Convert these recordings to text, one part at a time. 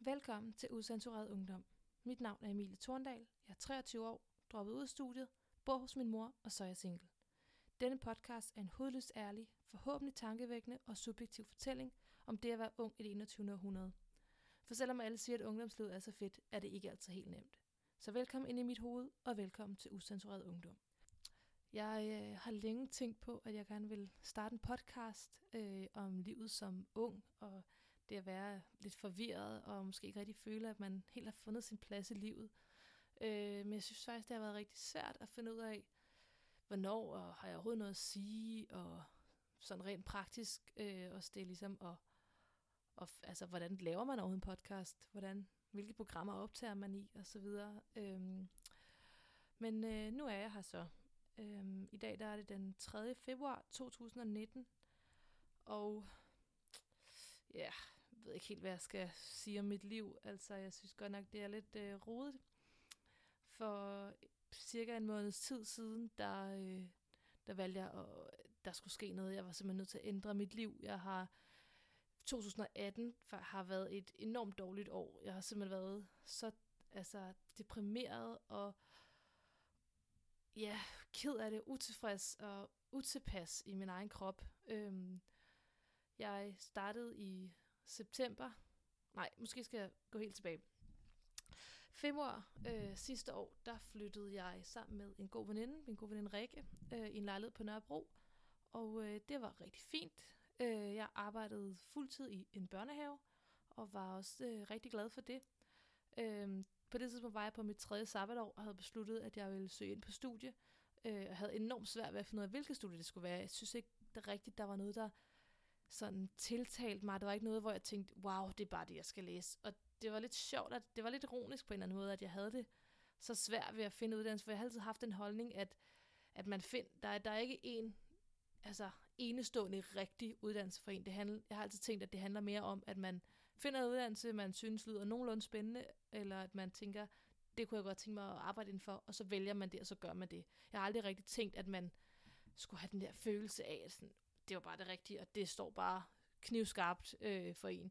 Velkommen til Usensureret Ungdom. Mit navn er Emilie Thorndal. Jeg er 23 år, droppet ud af studiet, bor hos min mor, og så er jeg single. Denne podcast er en hudløst ærlig, forhåbentlig tankevækkende og subjektiv fortælling om det at være ung i det 21. århundrede. For selvom alle siger, at ungdomslivet er så fedt, er det ikke altid helt nemt. Så velkommen ind i mit hoved, og velkommen til Usensureret Ungdom. Jeg har længe tænkt på, at jeg gerne vil starte en podcast om livet som ung, og det at være lidt forvirret, og måske ikke rigtig føle, at man helt har fundet sin plads i livet. Men jeg synes faktisk, det har været rigtig svært at finde ud af, hvornår, og har jeg overhovedet noget at sige, og sådan rent praktisk, også det ligesom, altså, hvordan laver man overhovedet en podcast, hvilke programmer optager man i, og så videre. Men nu er jeg her så. I dag der er det den 3. februar 2019, og ja, jeg ved ikke helt, hvad jeg skal sige om mit liv. Altså, jeg synes godt nok, det er lidt rodet. For cirka en måneds tid siden, der valgte jeg, at der skulle ske noget. Jeg var simpelthen nødt til at ændre mit liv. 2018 har været et enormt dårligt år. Jeg har simpelthen været så deprimeret og ked af det, utilfreds og utilpas i min egen krop. Jeg startede i september. Nej, måske skal jeg gå helt tilbage. Februar sidste år, der flyttede jeg sammen med min gode veninde Rikke, i en lejlighed på Nørrebro. Og det var rigtig fint. Jeg arbejdede fuldtid i en børnehave, og var også rigtig glad for det. På det tidspunkt var jeg på mit 3. sabbatår, og havde besluttet, at jeg ville søge ind på studie. Jeg havde enormt svært ved at finde ud af, hvilket studie det skulle være. Jeg synes ikke, det er rigtigt, der var noget, der sådan tiltalt mig. Der var ikke noget, hvor jeg tænkte, wow, det er bare det, jeg skal læse. Og det var lidt sjovt, at det var lidt ironisk på en eller anden måde, at jeg havde det så svært ved at finde uddannelse, for jeg har altid haft en holdning, at man der er ikke en enestående rigtig uddannelse for en. Jeg har altid tænkt, at det handler mere om, at man finder en uddannelse, man synes lyder nogenlunde spændende, eller at man tænker, det kunne jeg godt tænke mig at arbejde indenfor, og så vælger man det, og så gør man det. Jeg har aldrig rigtig tænkt, at man skulle have den der følelse af, at sådan, det var bare det rigtige, og det står bare knivskarpt for en.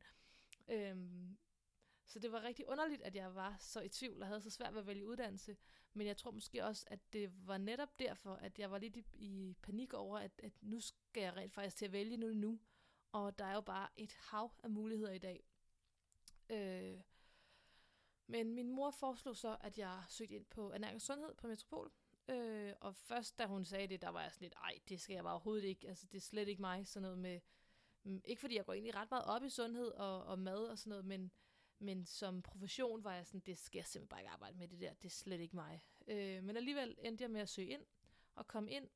Så det var rigtig underligt, at jeg var så i tvivl og havde så svært ved at vælge uddannelse. Men jeg tror måske også, at det var netop derfor, at jeg var lidt i panik over, at nu skal jeg rent faktisk til at vælge nu. Og der er jo bare et hav af muligheder i dag. Men min mor foreslog så, at jeg søgte ind på ernæring og sundhed på Metropol. Og først, da hun sagde det, der var jeg sådan lidt, det skal jeg bare overhovedet ikke. Altså, det er slet ikke mig, sådan noget med. Ikke fordi jeg går egentlig ret meget op i sundhed og mad og sådan noget, men som profession var jeg sådan, det skal jeg simpelthen bare ikke arbejde med det der, det er slet ikke mig. Men alligevel endte jeg med at søge ind og komme ind.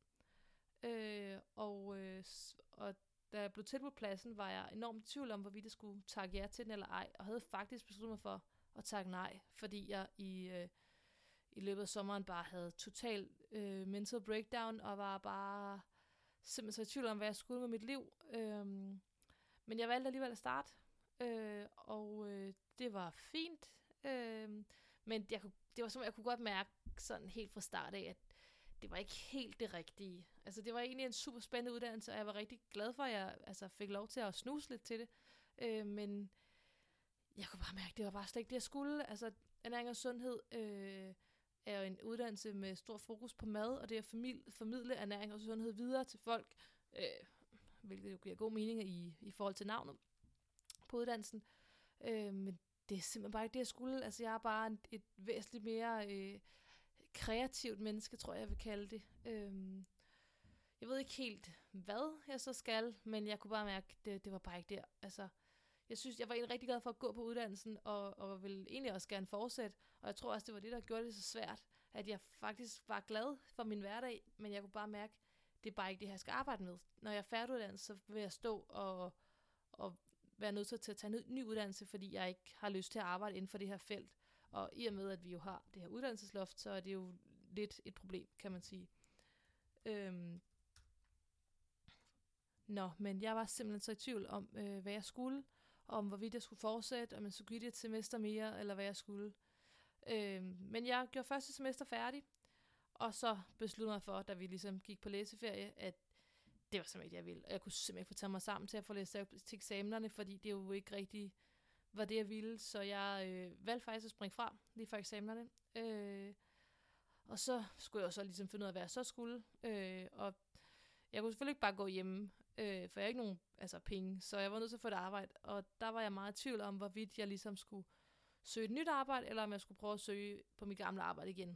Og da jeg blev tilbudt pladsen, var jeg enormt i tvivl om, hvorvidt jeg skulle takke ja til den eller ej, og havde faktisk besluttet mig for at takke nej, fordi jeg i løbet af sommeren bare havde total mental breakdown, og var bare simpelthen så i tvivl om, hvad jeg skulle med mit liv. Men jeg valgte alligevel at starte, og det var fint. Men det var som jeg kunne godt mærke sådan helt fra start af, at det var ikke helt det rigtige. Altså det var egentlig en super spændende uddannelse, og jeg var rigtig glad for, at jeg fik lov til at snuse lidt til det. Men jeg kunne bare mærke, at det var bare slet ikke det, jeg skulle. Altså ernæring og sundhed er jo en uddannelse med stor fokus på mad, og det at formidle ernæring og sundhed videre til folk, hvilket jo giver god mening i forhold til navnet på uddannelsen. Men det er simpelthen bare ikke det, jeg skulle. Altså jeg er bare et væsentligt mere kreativt menneske, tror jeg vil kalde det. Jeg ved ikke helt, hvad jeg så skal, men jeg kunne bare mærke, det var bare ikke der. Altså, jeg synes, jeg var egentlig rigtig glad for at gå på uddannelsen, og ville egentlig også gerne fortsætte. Og jeg tror også, det var det, der gjorde det så svært, at jeg faktisk var glad for min hverdag, men jeg kunne bare mærke, det er bare ikke det, jeg skal arbejde med. Når jeg er færdiguddannet, så vil jeg stå og være nødt til at tage en ny uddannelse, fordi jeg ikke har lyst til at arbejde inden for det her felt. Og i og med, at vi jo har det her uddannelsesloft, så er det jo lidt et problem, kan man sige. Men jeg var simpelthen så i tvivl om, hvad jeg skulle, om hvorvidt jeg skulle fortsætte, om jeg skulle give det et semester mere, eller hvad jeg skulle. Men jeg gjorde første semester færdig, og så besluttede mig for, da vi ligesom gik på læseferie, at det var simpelthen ikke, jeg ville. Og jeg kunne simpelthen ikke få taget mig sammen til at få læst til eksamenerne, fordi det er jo ikke rigtig var det, jeg ville. Så jeg valgte faktisk at springe fra, lige for eksamenerne. Og så skulle jeg jo så ligesom finde ud af, hvad jeg så skulle. Og jeg kunne selvfølgelig ikke bare gå hjemme, for jeg har ikke nogen penge, så jeg var nødt til at få et arbejde. Og der var jeg meget i tvivl om, hvorvidt jeg ligesom skulle søge et nyt arbejde, eller om jeg skulle prøve at søge på mit gamle arbejde igen.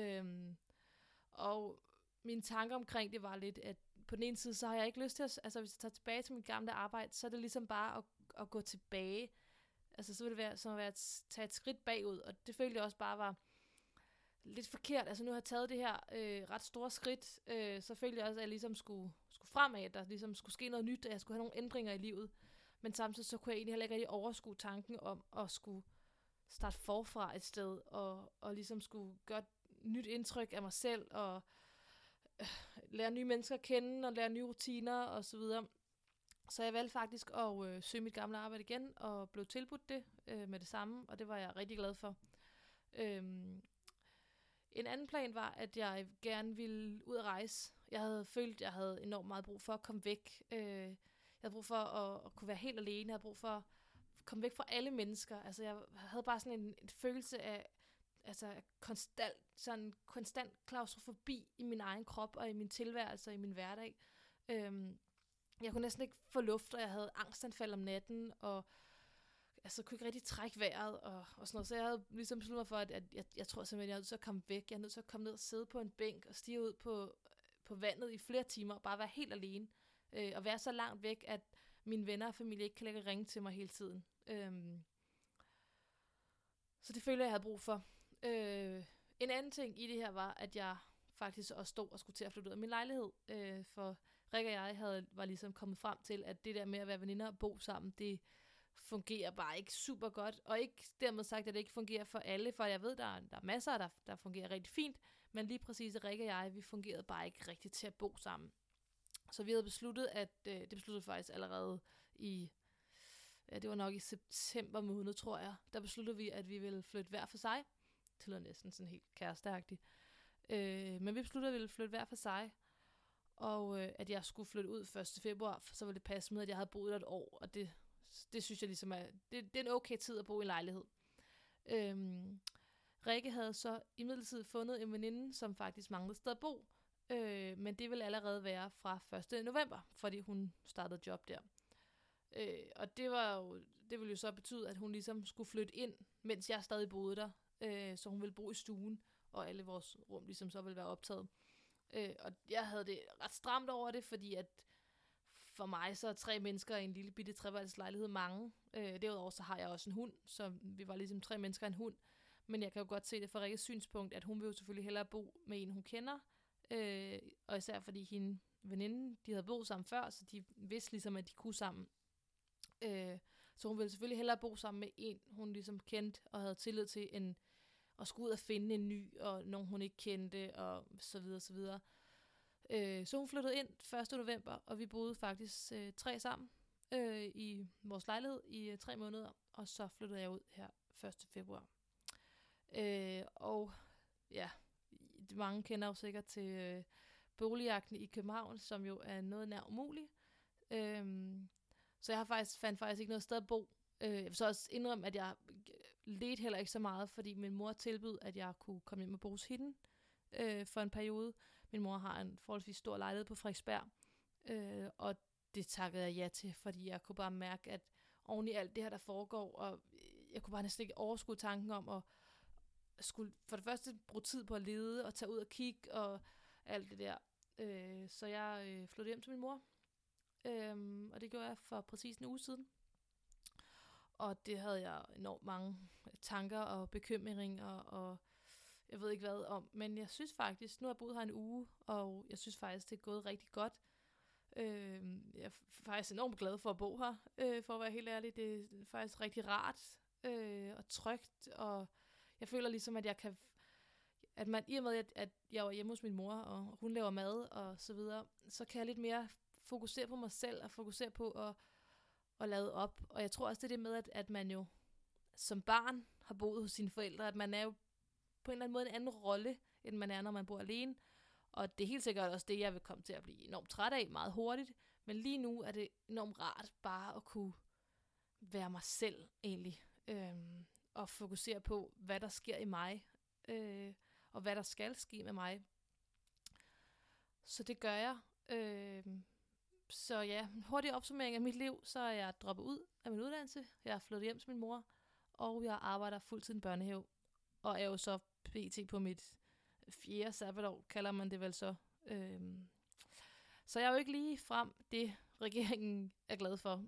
Og mine tanker omkring det var lidt, at på den ene side, så har jeg ikke lyst til at, hvis jeg tager tilbage til mit gamle arbejde, så er det ligesom bare at gå tilbage. Altså så vil det være som at tage et skridt bagud, og det følte jeg også bare var lidt forkert. Altså nu har jeg taget det her ret store skridt, så følte jeg også, at jeg ligesom skulle fremad, at der ligesom skulle ske noget nyt, at jeg skulle have nogle ændringer i livet. Men samtidig så kunne jeg egentlig heller ikke rigtig overskue tanken om at skulle starte forfra et sted, og ligesom skulle gøre et nyt indtryk af mig selv, og lære nye mennesker at kende, og lære nye rutiner, og så videre. Så jeg valgte faktisk at søge mit gamle arbejde igen, og blev tilbudt det med det samme, og det var jeg rigtig glad for. En anden plan var, at jeg gerne ville ud at rejse. Jeg havde følt, at jeg havde enormt meget brug for at komme væk. Jeg havde brug for at kunne være helt alene. Jeg havde brug for at komme væk fra alle mennesker. Altså, jeg havde bare sådan en følelse af konstant klaustrofobi i min egen krop og i min tilværelse og i min hverdag. Jeg kunne næsten ikke få luft, og jeg havde angstanfald om natten, og altså kunne ikke rigtig trække vejret og sådan noget. Så jeg havde ligesom besluttet mig for, at jeg tror simpelthen, jeg er nødt til at komme væk. Jeg er nødt til at komme ned og sidde på en bænk og stige ud på vandet i flere timer og bare være helt alene. Og være så langt væk, at mine venner og familie ikke kan lægge ringe til mig hele tiden. Så det følte jeg havde brug for. En anden ting i det her var, at jeg faktisk også stod og skulle til at flytte ud af min lejlighed. For Rikke og jeg var ligesom kommet frem til, at det der med at være veninder og bo sammen, det fungerer bare ikke super godt. Og ikke dermed sagt, at det ikke fungerer for alle, for jeg ved, der er masser, der fungerer rigtig fint. Men lige præcis Rikke og jeg, vi fungerede bare ikke rigtigt til at bo sammen. Så vi havde besluttet, at det besluttede faktisk allerede det var nok i september måned, tror jeg. Der besluttede vi, at vi ville flytte hver for sig. Det lyder næsten sådan helt kæresteagtigt. Men vi besluttede, at vi ville flytte hver for sig. Og at jeg skulle flytte ud 1. februar, for så ville det passe med, at jeg havde boet der et år. Og det synes jeg ligesom det er en okay tid at bo i en lejlighed. Rikke havde så imidlertid fundet en veninde, som faktisk manglede sted at bo. Men det ville allerede være fra 1. november, fordi hun startede job der. Og det ville jo så betyde, at hun ligesom skulle flytte ind, mens jeg stadig boede der. Så hun ville bo i stuen, og alle vores rum ligesom så ville være optaget. Og jeg havde det ret stramt over det, fordi at for mig så er 3 mennesker i en lille bitte treværelseslejlighed mange. Derudover så har jeg også en hund, så vi var ligesom 3 mennesker og en hund. Men jeg kan jo godt se det fra Rikkes synspunkt, at hun vil jo selvfølgelig hellere bo med en, hun kender. Og især fordi hende veninden, de havde boet sammen før, så de vidste ligesom, at de kunne sammen. Så hun ville selvfølgelig hellere bo sammen med en, hun ligesom kendte og havde tillid til, end at skulle ud og finde en ny, og nogen hun ikke kendte, og så videre, så videre. Så hun flyttede ind 1. november, og vi boede faktisk 3 sammen i vores lejlighed i 3 måneder, og så flyttede jeg ud her 1. februar. Og ja, mange kender jo sikkert til boligjagten i København, som jo er noget nær umuligt. Så jeg fandt faktisk ikke noget sted at bo. Jeg vil så også indrømme, at jeg ledte heller ikke så meget, fordi min mor tilbød, at jeg kunne komme hjem og bo hos hende for en periode. Min mor har en forholdsvis stor lejlighed på Frederiksberg, og det takkede jeg ja til, fordi jeg kunne bare mærke, at oven i alt det her, der foregår, og jeg kunne bare næsten ikke overskue tanken om at skulle for det første bruge tid på at lede og tage ud og kigge og alt det der. Så jeg flyttede hjem til min mor, og det gjorde jeg for præcis en uge siden. Og det havde jeg enormt mange tanker og bekymringer og jeg ved ikke hvad om. Men jeg synes faktisk, nu har jeg boet her en uge, og jeg synes faktisk, det er gået rigtig godt. Jeg er faktisk enormt glad for at bo her, for at være helt ærlig. Det er faktisk rigtig rart og trygt, og jeg føler ligesom, at jeg kan, at man i og med, at jeg var hjemme hos min mor, og hun laver mad og så videre, så kan jeg lidt mere fokusere på mig selv og fokusere på at lade op. Og jeg tror også, det er det med, at man jo som barn har boet hos sine forældre, at man er jo på en eller anden måde en anden rolle, end man er, når man bor alene. Og det er helt sikkert også det, jeg vil komme til at blive enormt træt af meget hurtigt. Men lige nu er det enormt rart bare at kunne være mig selv egentlig. Og fokusere på, hvad der sker i mig. Og hvad der skal ske med mig. Så det gør jeg. Så ja, hurtig opsummering af mit liv, så er jeg droppet ud af min uddannelse. Jeg er flyttet hjem til min mor, og jeg arbejder fuldtid i en børnehave. Og er jo så pt. På mit 4. sabbatår, kalder man det vel så. Så jeg er jo ikke lige frem det, regeringen er glad for.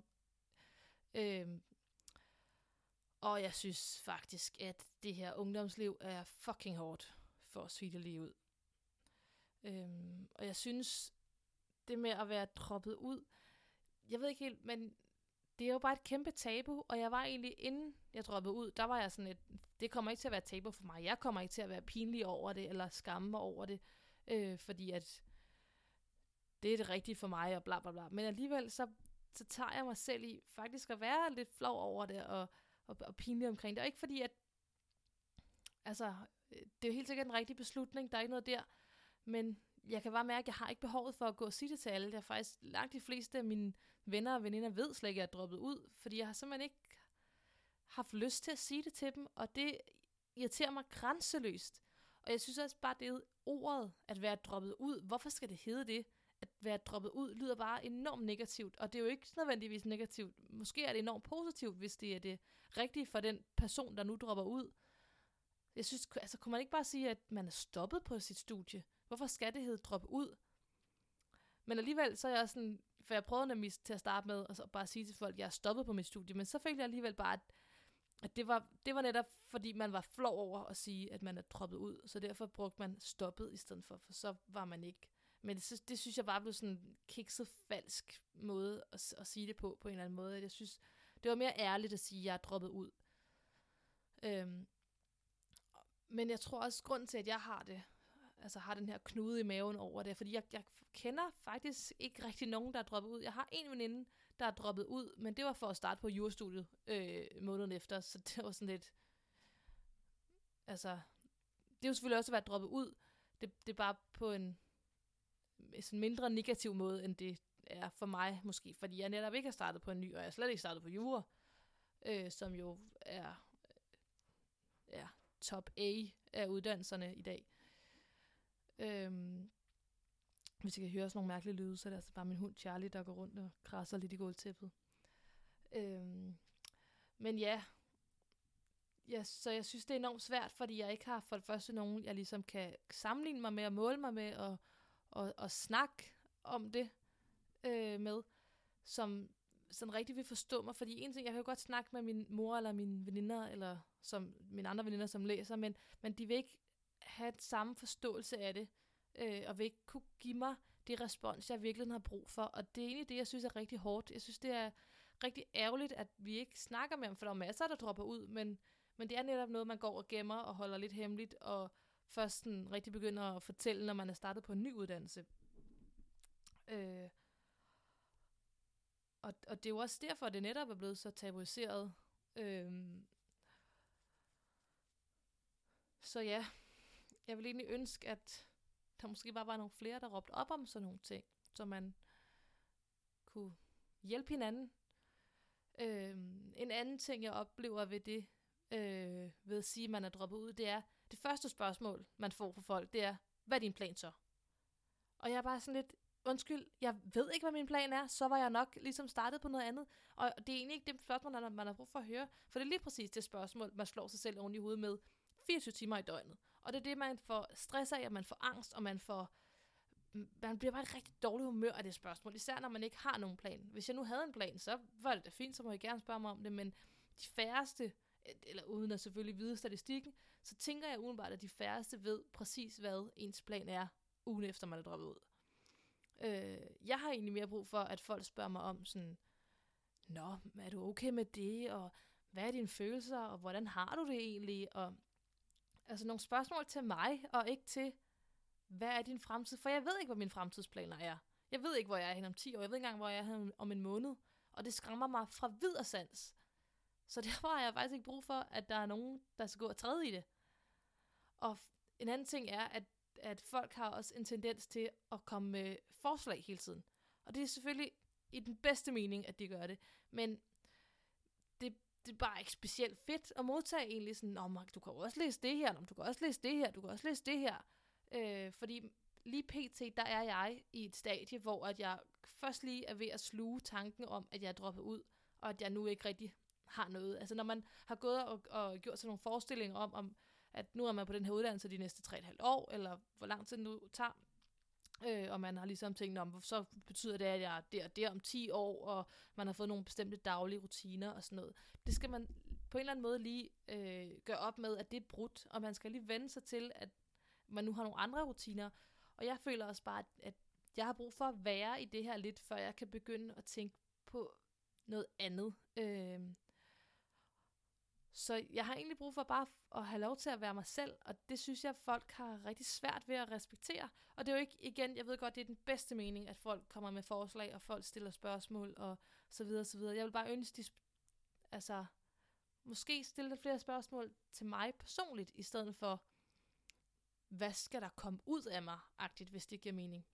Og jeg synes faktisk, at det her ungdomsliv er fucking hårdt, for at sige det lige ud. Og jeg synes, det med at være droppet ud, jeg ved ikke helt, men det er jo bare et kæmpe tabu, og jeg var egentlig, inden jeg droppede ud, der var jeg sådan et, det kommer ikke til at være tabu for mig, jeg kommer ikke til at være pinlig over det, eller skamme mig over det, fordi at det er det rigtige for mig, og bla bla bla, men alligevel så tager jeg mig selv i faktisk at være lidt flov over det, og pinlig omkring det, og ikke fordi at, altså, det er jo helt sikkert en rigtig beslutning, der er ikke noget der, men jeg kan bare mærke, at jeg har ikke behovet for at gå og sige det til alle. Jeg faktisk langt de fleste af mine venner og veninder ved slet ikke, at jeg er droppet ud, fordi jeg har simpelthen ikke haft lyst til at sige det til dem, og det irriterer mig grænseløst. Og jeg synes også bare, det ordet at være droppet ud, hvorfor skal det hedde det? At være droppet ud lyder bare enormt negativt, og det er jo ikke nødvendigvis negativt. Måske er det enormt positivt, hvis det er det rigtige for den person, der nu dropper ud. Jeg synes, altså kunne man ikke bare sige, at man er stoppet på sit studie? Hvorfor skal det hedde droppe ud? Men alligevel, så er jeg sådan, for jeg prøvede nemlig til at starte med, og så bare sige til folk, at jeg er stoppet på mit studie, men så fik jeg alligevel bare, at det var netop, fordi man var flov over at sige, at man er droppet ud, så derfor brugte man stoppet i stedet for så var man ikke. Men det synes jeg bare blev sådan en kikset falsk måde at sige det på en eller anden måde. Jeg synes, det var mere ærligt at sige, at jeg er droppet ud. Men jeg tror også, grunden til, at jeg har det, altså har den her knude i maven over det, fordi jeg kender faktisk ikke rigtig nogen, der er droppet ud. Jeg har en veninde, der er droppet ud, men det var for at starte på jurastudiet måneden efter, så det var sådan lidt, altså, det er jo selvfølgelig også at være droppet ud, det er bare på en sådan mindre negativ måde, end det er for mig måske, fordi jeg netop ikke har startet på en ny, og jeg har slet ikke startet på jura, som jo er top A af uddannelserne i dag. Hvis I kan høre sådan nogle mærkelige lyde, så er det altså bare min hund Charlie, der går rundt og krasser lidt i gulvtæppet. Men ja, så jeg synes, det er enormt svært, fordi jeg ikke har for det første nogen, jeg ligesom kan sammenligne mig med og måle mig med og snakke om det med, som sådan rigtig vil forstå mig. Fordi en ting, jeg kan jo godt snakke med min mor eller mine veninder, eller som mine andre veninder, som læser, men de vil ikke have samme forståelse af det, og vil ikke kunne give mig det respons, jeg virkelig har brug for. Og det er egentlig det, jeg synes er rigtig hårdt. Jeg synes, det er rigtig ærgerligt, at vi ikke snakker med dem, for der er masser, der dropper ud, men det er netop noget, man går og gemmer og holder lidt hemmeligt, og først sådan rigtig begynder at fortælle, når man er startet på en ny uddannelse. Og det er jo også derfor, at det netop er blevet så tabuiseret. Så ja, jeg vil egentlig ønske, at der måske bare var nogle flere, der råbte op om sådan nogle ting, så man kunne hjælpe hinanden. En anden ting, jeg oplever ved det, ved at sige, at man er droppet ud, det er, det første spørgsmål, man får fra folk, det er, hvad er din plan så? Og jeg er bare sådan lidt, undskyld, jeg ved ikke, hvad min plan er, så var jeg nok ligesom startet på noget andet. Og det er egentlig ikke det spørgsmål, man har brug for at høre, for det er lige præcis det spørgsmål, man slår sig selv oven i hovedet med 24 timer i døgnet. Og det er det, man får stress af, og man får angst, og man bliver bare i et rigtig dårligt humør af det spørgsmål, især når man ikke har nogen plan. Hvis jeg nu havde en plan, så var det da fint, så må jeg gerne spørge mig om det, men de færreste, eller uden at selvfølgelig vide statistikken, så tænker jeg udenbart, at de færreste ved præcis, hvad ens plan er, ugen efter man er droppet ud. Jeg har egentlig mere brug for, at folk spørger mig om sådan, nå, er du okay med det, og hvad er dine følelser, og hvordan har du det egentlig, og altså nogle spørgsmål til mig, og ikke til, hvad er din fremtid, for jeg ved ikke, hvad mine fremtidsplaner er. Jeg ved ikke, hvor jeg er henne om 10 år, jeg ved ikke engang, hvor jeg er henne om en måned, og det skræmmer mig fra vid og sans. Så derfor har jeg faktisk ikke brug for, at der er nogen, der skal gå og træde i det. Og en anden ting er, at folk har også en tendens til at komme med forslag hele tiden. Og det er selvfølgelig i den bedste mening, at de gør det. Men det er bare ikke specielt fedt at modtage egentlig sådan, nå, Mark, du kan jo også læse det her, du kan også læse det her, du kan også læse det her. Fordi lige pt, der er jeg i et stadie, hvor at jeg først lige er ved at sluge tanken om, at jeg er droppet ud, og at jeg nu ikke rigtig har noget. Altså når man har gået og gjort sig nogle forestillinger om, at nu er man på den her uddannelse de næste 3,5 år, eller hvor lang tid nu tager, og man har ligesom tænkt, om så betyder det, at jeg er der om 10 år, og man har fået nogle bestemte daglige rutiner og sådan noget. Det skal man på en eller anden måde lige gøre op med, at det er brudt, og man skal lige vende sig til, at man nu har nogle andre rutiner. Og jeg føler også bare, at jeg har brug for at være i det her lidt, før jeg kan begynde at tænke på noget andet. Så jeg har egentlig brug for bare at have lov til at være mig selv, og det synes jeg, folk har rigtig svært ved at respektere. Og det er jo ikke, igen, jeg ved godt, det er den bedste mening, at folk kommer med forslag, og folk stiller spørgsmål, og så videre, så videre. Jeg vil bare ønske, måske stille lidt flere spørgsmål til mig personligt, i stedet for, hvad skal der komme ud af mig, agtigt, hvis det giver mening.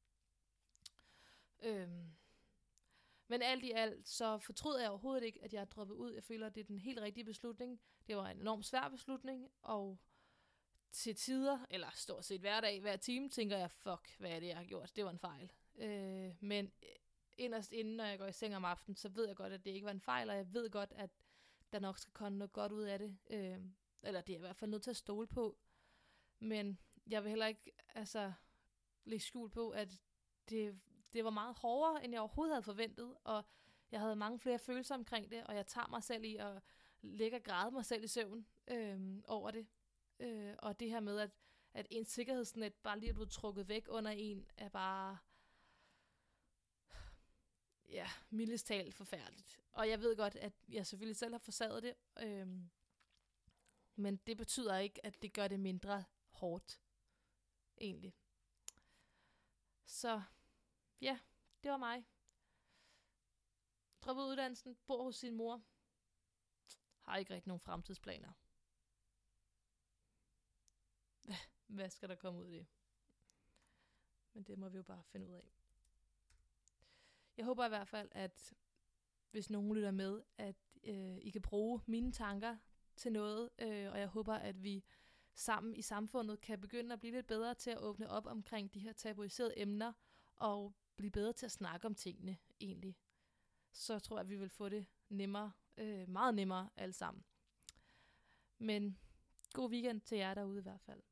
Men alt i alt, så fortryder jeg overhovedet ikke, at jeg er droppet ud. Jeg føler, at det er den helt rigtige beslutning. Det var en enormt svær beslutning, og til tider, eller stort set hver time, tænker jeg, fuck, hvad er det, jeg har gjort? Det var en fejl. Men inderst inden, når jeg går i seng om aftenen, så ved jeg godt, at det ikke var en fejl, og jeg ved godt, at der nok skal komme noget godt ud af det. Eller det er i hvert fald nødt til at stole på. Men jeg vil heller ikke lægge skjul på, at det var meget hårdere, end jeg overhovedet havde forventet, og jeg havde mange flere følelser omkring det, og jeg tager mig selv i at ligge og græde mig selv i søvn over det. Og det her med, at ens sikkerhedsnet bare lige er blevet trukket væk under en, er bare, ja, mildest talt forfærdeligt. Og jeg ved godt, at jeg selvfølgelig selv har forsaget det, men det betyder ikke, at det gør det mindre hårdt, egentlig. Så ja, det var mig. Droppet uddannelsen, bor hos sin mor. Har ikke rigtig nogen fremtidsplaner. Hvad skal der komme ud af det? Men det må vi jo bare finde ud af. Jeg håber i hvert fald, at hvis nogen lytter med, at I kan bruge mine tanker til noget, og jeg håber, at vi sammen i samfundet kan begynde at blive lidt bedre til at åbne op omkring de her tabuiserede emner, og blive bedre til at snakke om tingene, egentlig. Så tror jeg, at vi vil få det nemmere, meget nemmere alle sammen. Men god weekend til jer derude i hvert fald.